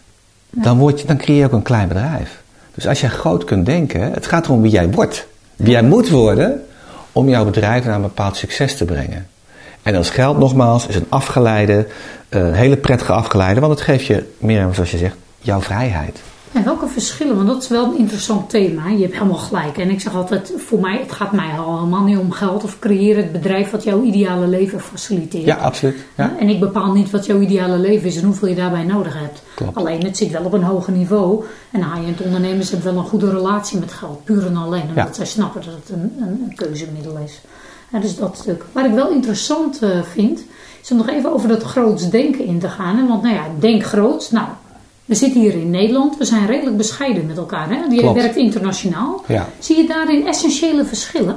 dan, word je, dan creëer je ook een klein bedrijf. Dus als jij groot kunt denken, het gaat erom wie jij wordt. Wie jij moet worden om jouw bedrijf naar een bepaald succes te brengen. En als geld, nogmaals, is een afgeleide, een hele prettige afgeleide, want het geeft je, meer zoals je zegt, jouw vrijheid. En welke verschillen, want dat is wel een interessant thema. Je hebt helemaal gelijk. En ik zeg altijd, voor mij, het gaat mij al helemaal niet om geld of creëren het bedrijf wat jouw ideale leven faciliteert. Ja, absoluut. Ja. En ik bepaal niet wat jouw ideale leven is en hoeveel je daarbij nodig hebt. Klopt. Alleen, het zit wel op een hoger niveau. En high-end ondernemers hebben wel een goede relatie met geld. Puur en alleen, omdat ja. zij snappen dat het een, een, een keuzemiddel is. En dus dat stuk. Wat ik wel interessant uh, vind, is om nog even over dat groots denken in te gaan. Hè? Want nou ja, denk groots. Nou, we zitten hier in Nederland. We zijn redelijk bescheiden met elkaar. Hè? Jij Klopt. werkt internationaal. Ja. Zie je daarin essentiële verschillen?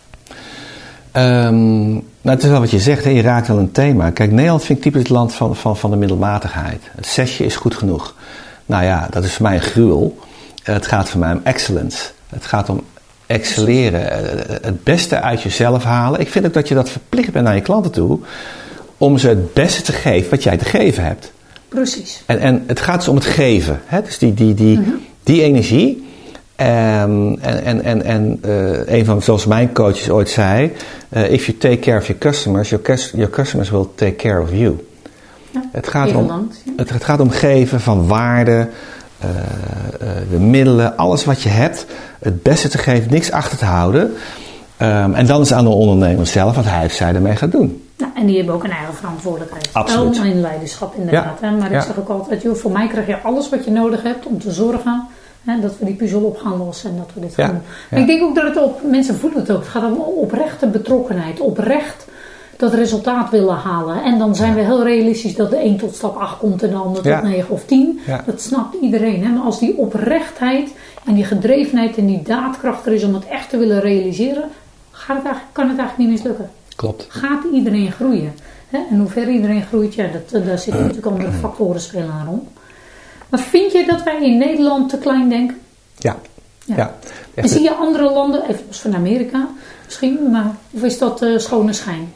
Um, nou, het is wel wat je zegt. Hè? Je raakt wel een thema. Kijk, Nederland vind ik typisch het land van, van, van de middelmatigheid. Het zesje is goed genoeg. Nou ja, dat is voor mij een gruwel. Uh, het gaat voor mij om excellence. Het gaat om excelleren. Uh, het beste uit jezelf halen. Ik vind ook dat je dat verplicht bent naar je klanten toe. Om ze het beste te geven wat jij te geven hebt. Precies. En, en het gaat dus om het geven. Hè? Dus die, die, die, mm-hmm. die energie. Um, en en, en, en uh, een van, zoals mijn coaches ooit zei. Uh, if you take care of your customers, your, cus- your customers will take care of you. Ja, het, gaat om, land, ja. het, het gaat om geven van waarde. Uh, uh, de middelen, alles wat je hebt. Het beste te geven, niks achter te houden. Um, en dan is het aan de ondernemer zelf wat hij of zij ermee gaat doen. Nou, en die hebben ook een eigen verantwoordelijkheid. Absoluut. Wel in leiderschap inderdaad. Ja. Hè? Maar ik ja. zeg ook altijd, joh, voor mij krijg je alles wat je nodig hebt om te zorgen hè, dat we die puzzel op gaan lossen en dat we dit gaan ja. doen. Ja. Ik denk ook dat het op, mensen voelen het ook. Het gaat om oprechte betrokkenheid, oprecht dat resultaat willen halen. En dan zijn we heel realistisch dat de een tot stap acht komt en de ander ja. tot negen of tien. Ja. Dat snapt iedereen. Hè? Maar als die oprechtheid en die gedrevenheid en die daadkracht er is om het echt te willen realiseren, gaat het eigenlijk, kan het eigenlijk niet mislukken. Klopt. Gaat iedereen groeien. Hè? En hoe ver iedereen groeit, ja, dat, daar zitten natuurlijk andere factoren spelen aan rond. Maar vind je dat wij in Nederland te klein denken? Ja. ja. ja. En zie je andere landen, even los van Amerika misschien, maar of is dat uh, schone schijn?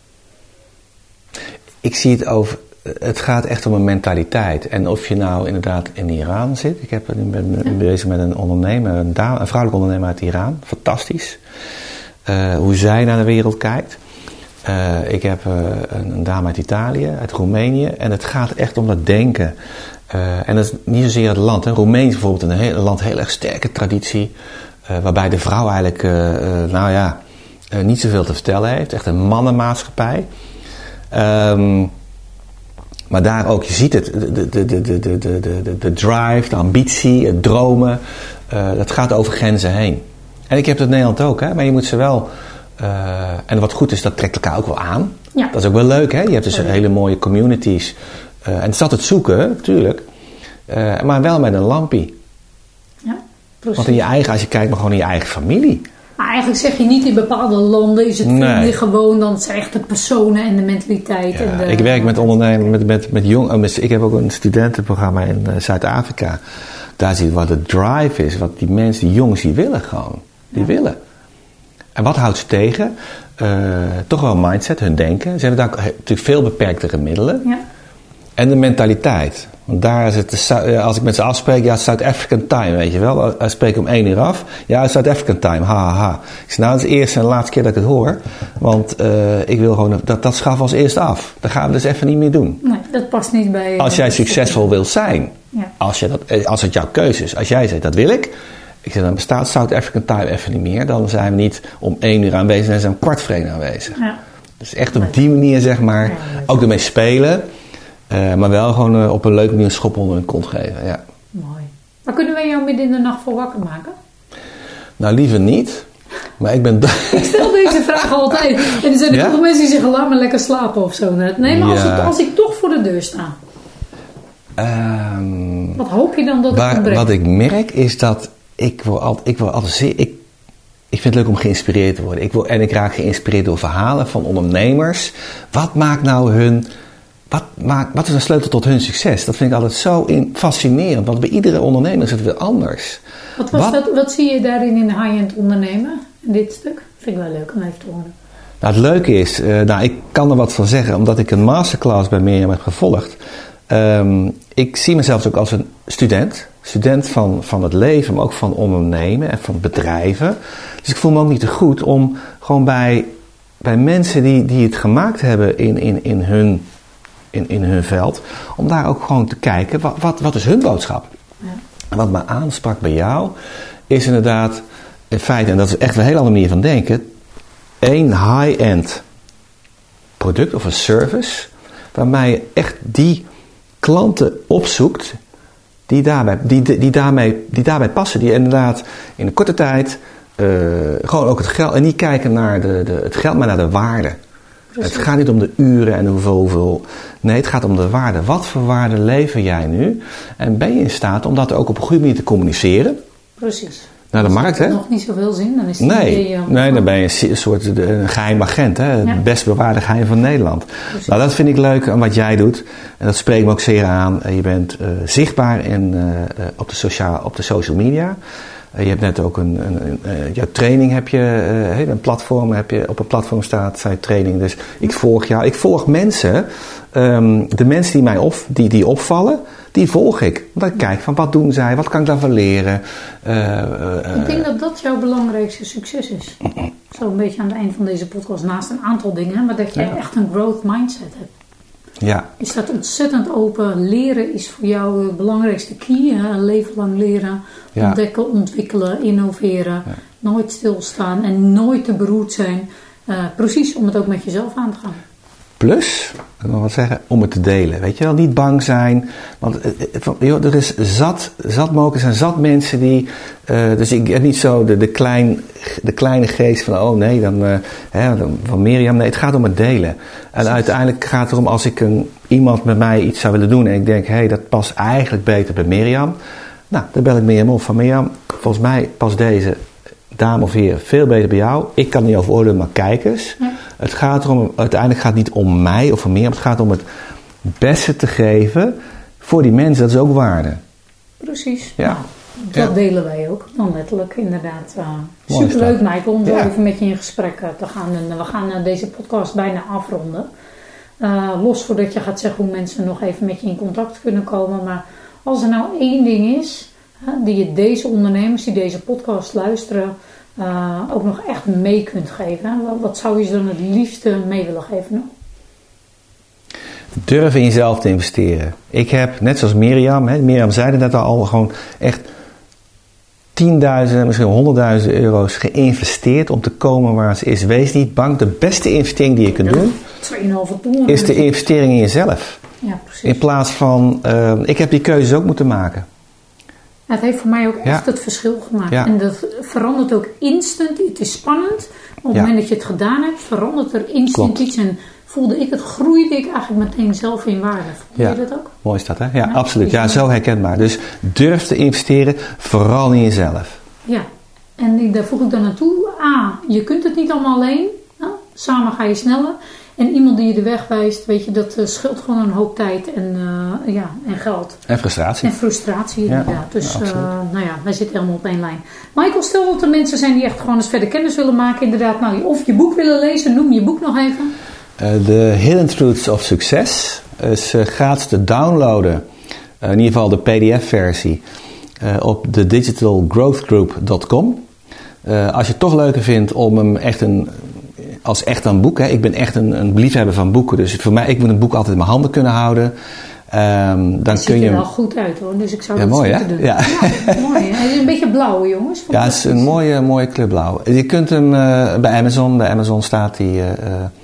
Ik zie het over, het gaat echt om een mentaliteit. En of je nou inderdaad in Iran zit. Ik heb, ik ben ja. bezig met een ondernemer, een, dame, een vrouwelijke ondernemer uit Iran. Fantastisch. Uh, hoe zij naar de wereld kijkt. Uh, ik heb uh, een, een dame uit Italië, uit Roemenië. En het gaat echt om dat denken. Uh, en dat is niet zozeer het land. Hè. Roemenië is bijvoorbeeld een, heel, een land heel erg sterke traditie. Uh, waarbij de vrouw eigenlijk, uh, uh, nou ja, uh, niet zoveel te vertellen heeft. Echt een mannenmaatschappij. Um, maar daar ook, je ziet het, de, de, de, de, de, de, de, de drive, de ambitie, het dromen. Uh, dat gaat over grenzen heen. En ik heb dat in Nederland ook, hè, maar je moet ze wel... Uh, en wat goed is, dat trekt elkaar ook wel aan. Ja. Dat is ook wel leuk, hè? Je hebt dus hele mooie communities. Uh, en het is altijd zoeken, natuurlijk. Uh, maar wel met een lampie. Ja, precies. Want in je eigen, als je kijkt maar gewoon in je eigen familie. Maar eigenlijk zeg je niet in bepaalde landen is het veel nee. meer gewoon dan het zijn echt de personen en de mentaliteit. Ja, en de, ik werk met ondernemers, met, met, met jong, met, ik heb ook een studentenprogramma in uh, Zuid-Afrika. Daar zie je wat de drive is, wat die mensen, die jongens, die willen gewoon. Die ja. willen. En wat houdt ze tegen? Uh, toch wel mindset, hun denken. Ze hebben daar natuurlijk veel beperktere middelen. Ja. En de mentaliteit. Want daar is het, als ik met ze afspreek, ja, South African time, weet je wel. Als spreek ik om één uur af. Ja, South African time, ha, ha, ha. Ik zeg, nou, dat is de eerste en de laatste keer dat ik het hoor. Want uh, ik wil gewoon, dat, dat schaf als eerste af. Dat gaan we dus even niet meer doen. Nee, dat past niet bij... Als jij succesvol wil zijn, ja. als, je dat, als het jouw keuze is, als jij zegt, dat wil ik... Ik zeg, dan bestaat South African time even niet meer. Dan zijn we niet om één uur aanwezig, dan zijn we om kwart voor één aanwezig. Ja. Dus echt op die manier, zeg maar, ja, ook ermee spelen. Uh, maar wel gewoon uh, op een leuke manier een schop onder hun kont geven. Ja. Mooi. Maar kunnen we jou midden in de nacht voor wakker maken? Nou, liever niet. Maar ik ben... ik stel deze vraag altijd. En er zijn er ja? toch mensen die zeggen, laat me lekker slapen of zo. Nee, maar als, ja. ik, als ik toch voor de deur sta. Um, wat hoop je dan dat waar, ik ontbreekt? Wat ik merk is dat ik wil altijd, ik wil altijd zeer, ik, ik vind het leuk om geïnspireerd te worden. Ik wil, en ik raak geïnspireerd door verhalen van ondernemers. Wat maakt nou hun, wat, maakt, wat is een sleutel tot hun succes? Dat vind ik altijd zo in, fascinerend, want bij iedere ondernemer is het weer anders. Wat, was wat, dat, wat zie je daarin in de high-end ondernemen, in dit stuk? Vind ik wel leuk om even te horen. Nou, het leuke is, uh, nou, ik kan er wat van zeggen, omdat ik een masterclass bij Mirjam heb gevolgd. Um, ik zie mezelf ook als een student. Student van, van het leven, maar ook van ondernemen en van bedrijven. Dus ik voel me ook niet te goed om gewoon bij, bij mensen die, die het gemaakt hebben in, in, in, hun, in, in hun veld, om daar ook gewoon te kijken, wat, wat, wat is hun boodschap? Ja. En wat me aansprak bij jou, is inderdaad, in feite, en dat is echt een hele andere manier van denken, één high-end product of een service, waarmee je echt die klanten opzoekt die daarbij, die, die, daarmee, die daarbij passen. Die inderdaad in een korte tijd uh, gewoon ook het geld... En niet kijken naar de, de, het geld, maar naar de waarde. Precies. Het gaat niet om de uren en hoeveel, hoeveel... Nee, het gaat om de waarde. Wat voor waarde lever jij nu? En ben je in staat om dat ook op een goede manier te communiceren? Precies. Naar de Als markt, hè? nog niet zoveel zin, dan is het nee, idee, uh, nee, dan ben je een soort een geheim agent, hè? Het ja. best bewaarde geheim van Nederland. Precies. Nou, dat vind ik leuk aan wat jij doet. En dat spreekt me ook zeer aan. Je bent uh, zichtbaar in, uh, op, de sociaal, op de social media. Uh, je hebt net ook een, een, een uh, jouw training heb je, uh, een platform heb je, op een platform staat zijn training. Dus ik volg jou, ik volg mensen, um, de mensen die mij op, die, die opvallen, die volg ik. Want ik kijk van wat doen zij, wat kan ik daarvan leren. Uh, uh, ik denk dat dat jouw belangrijkste succes is. Zo een beetje aan het eind van deze podcast, naast een aantal dingen, maar dat jij ja. echt een growth mindset hebt. Ja. Je staat ontzettend open. Leren is voor jou de belangrijkste key. Hè? Een leven lang leren, ja. ontdekken, ontwikkelen, innoveren. Ja. Nooit stilstaan en nooit te beroerd zijn. Uh, precies om het ook met jezelf aan te gaan. Plus, ik wil wat zeggen, om het te delen. Weet je wel, niet bang zijn. Want joh, er is zat, zat mokers en zat mensen die... Uh, dus ik heb niet zo de, de, klein, de kleine geest van... Oh nee, dan, uh, hè, van Mirjam. Nee, het gaat om het delen. En uiteindelijk gaat het erom als ik een, iemand met mij iets zou willen doen... en ik denk, hé, hey, dat past eigenlijk beter bij Mirjam. Nou, dan bel ik Mirjam op van Mirjam. Volgens mij past deze dame of heer veel beter bij jou. Ik kan niet over oordelen, maar kijkers... Ja. Het gaat erom, uiteindelijk gaat het niet om mij of om meer, maar het gaat om het beste te geven voor die mensen. Dat is ook waarde. Precies. Ja. Nou, dat ja. delen wij ook. Dan letterlijk, inderdaad. Uh, superleuk, Michael, om zo ja. even met je in gesprek uh, te gaan. En uh, we gaan uh, deze podcast bijna afronden. Uh, los voordat je gaat zeggen hoe mensen nog even met je in contact kunnen komen. Maar als er nou één ding is, uh, die je deze ondernemers die deze podcast luisteren... Uh, ook nog echt mee kunt geven. Wat, wat zou je ze dan het liefste mee willen geven? Nou? Durf in jezelf te investeren. Ik heb, net zoals Mirjam, hè, Mirjam zei het net al, gewoon echt tienduizend, misschien honderdduizend euro's geïnvesteerd om te komen waar ze is. Wees niet bang. De beste investering die je kunt doen, tweeënhalve ton, is de investering in jezelf. Ja, precies. In plaats van, uh, ik heb die keuzes ook moeten maken. Het heeft voor mij ook echt ja. het verschil gemaakt. Ja. En dat verandert ook instant. Het is spannend. Op het ja. moment dat je het gedaan hebt, verandert er instant Klopt. iets. En voelde ik het, groeide ik eigenlijk meteen zelf in waarde. Voelde ja. je dat ook? Mooi is dat, hè? Ja, Ja, absoluut. Ja, zo herkenbaar. Dus durf te investeren, vooral in jezelf. Ja. En ik, daar voeg ik dan naartoe. A, je kunt het niet allemaal alleen. Nou, samen ga je sneller. En iemand die je de weg wijst, weet je, dat uh, scheelt gewoon een hoop tijd en, uh, ja, en geld. En frustratie. En frustratie inderdaad. Ja, dus ja, uh, nou ja, wij zitten helemaal op één lijn. Michael, stel dat er mensen zijn die echt gewoon eens verder kennis willen maken. Inderdaad, nou, of je boek willen lezen, noem je boek nog even. De uh, Hidden Truths of Success is uh, gratis te downloaden. Uh, in ieder geval de P D F-versie uh, op de digital growth group dot com. Uh, als je het toch leuker vindt om hem echt een, als echt een boek, hè, ik ben echt een, een liefhebber van boeken, dus voor mij, ik moet een boek altijd in mijn handen kunnen houden. Um, dan het kun ziet je er wel goed uit hoor, dus ik zou ja, dat mooi, zeker hè? doen. Ja. Ja, mooi. Hij is een beetje blauw, jongens. Ja, het is een mooie, mooie kleur blauw. Je kunt hem uh, bij Amazon, bij Amazon staat die, uh,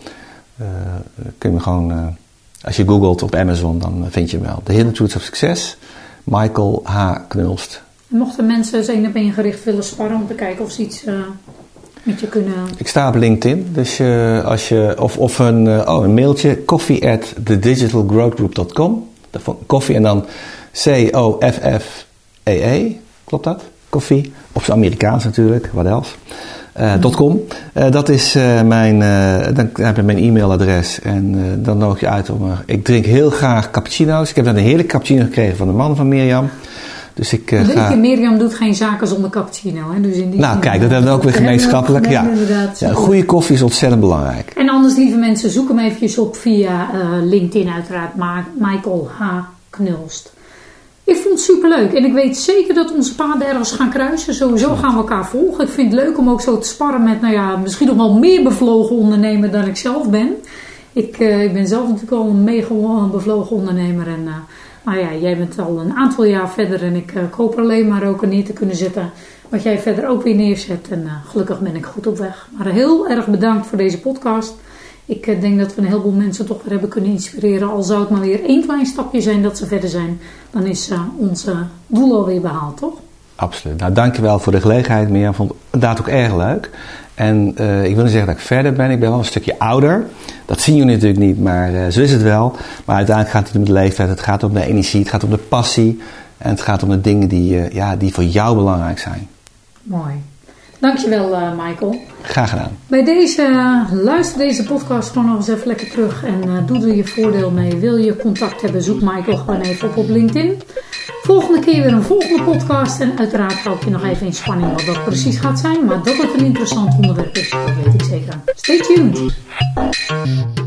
uh, kun je hem gewoon, uh, als je googelt op Amazon, dan vind je hem wel. The Hidden Truths of Success, Michael H. Knulst. En mochten mensen eens één op één gericht willen sparren om te kijken of ze iets uh, met je kunnen... Ik sta op LinkedIn, dus uh, als je, of, of een, uh, oh, een mailtje, coffee at the digital growth group dot com. Koffie en dan C O F F E E, klopt dat? Koffie, op zijn Amerikaans natuurlijk, wat else. Uh, .com. Uh, dat is uh, mijn, uh, dan heb je mijn e-mailadres en uh, dan nodig je uit om... Uh, ik drink heel graag cappuccino's. Ik heb net een heerlijke cappuccino gekregen van de man van Mirjam. Dus ik uh, ga... Mirjam doet geen zaken zonder cappuccino. Hè? Dus in die nou kijk, dat hebben we ook weer gemeenschappelijk. Nee, ja. Ja, goede koffie is ontzettend belangrijk. En anders, lieve mensen, zoek hem eventjes op via uh, LinkedIn uiteraard. Ma- Michael H. Knulst. Ik vond het superleuk. En ik weet zeker dat onze paden ergens gaan kruisen. Sowieso gaan we elkaar volgen. Ik vind het leuk om ook zo te sparren met, nou ja, misschien nog wel meer bevlogen ondernemer dan ik zelf ben. Ik, uh, ik ben zelf natuurlijk al een mega bevlogen ondernemer. En uh, nou ja, jij bent al een aantal jaar verder. En ik, uh, ik hoop er alleen maar ook neer te kunnen zetten wat jij verder ook weer neerzet. En uh, gelukkig ben ik goed op weg. Maar heel erg bedankt voor deze podcast. Ik uh, denk dat we een heleboel mensen toch weer hebben kunnen inspireren. Al zou het maar weer één klein stapje zijn dat ze verder zijn. Dan is uh, ons uh, doel alweer behaald, toch? Absoluut. Nou, dankjewel voor de gelegenheid. Mirjam vond het inderdaad ook erg leuk. En uh, ik wil niet zeggen dat ik verder ben. Ik ben wel een stukje ouder. Dat zien jullie natuurlijk niet, maar uh, zo is het wel. Maar uiteindelijk gaat het om de leeftijd. Het gaat om de energie. Het gaat om de passie. En het gaat om de dingen die, uh, ja, die voor jou belangrijk zijn. Mooi. Dankjewel, uh, Michael. Graag gedaan. Bij deze, uh, luister deze podcast gewoon nog eens even lekker terug. En uh, doe er je voordeel mee. Wil je contact hebben, zoek Michael gewoon even op op LinkedIn. Volgende keer weer een volgende podcast. En uiteraard hou ik je nog even in spanning wat dat precies gaat zijn. Maar dat het een interessant onderwerp is, dat weet ik zeker. Stay tuned.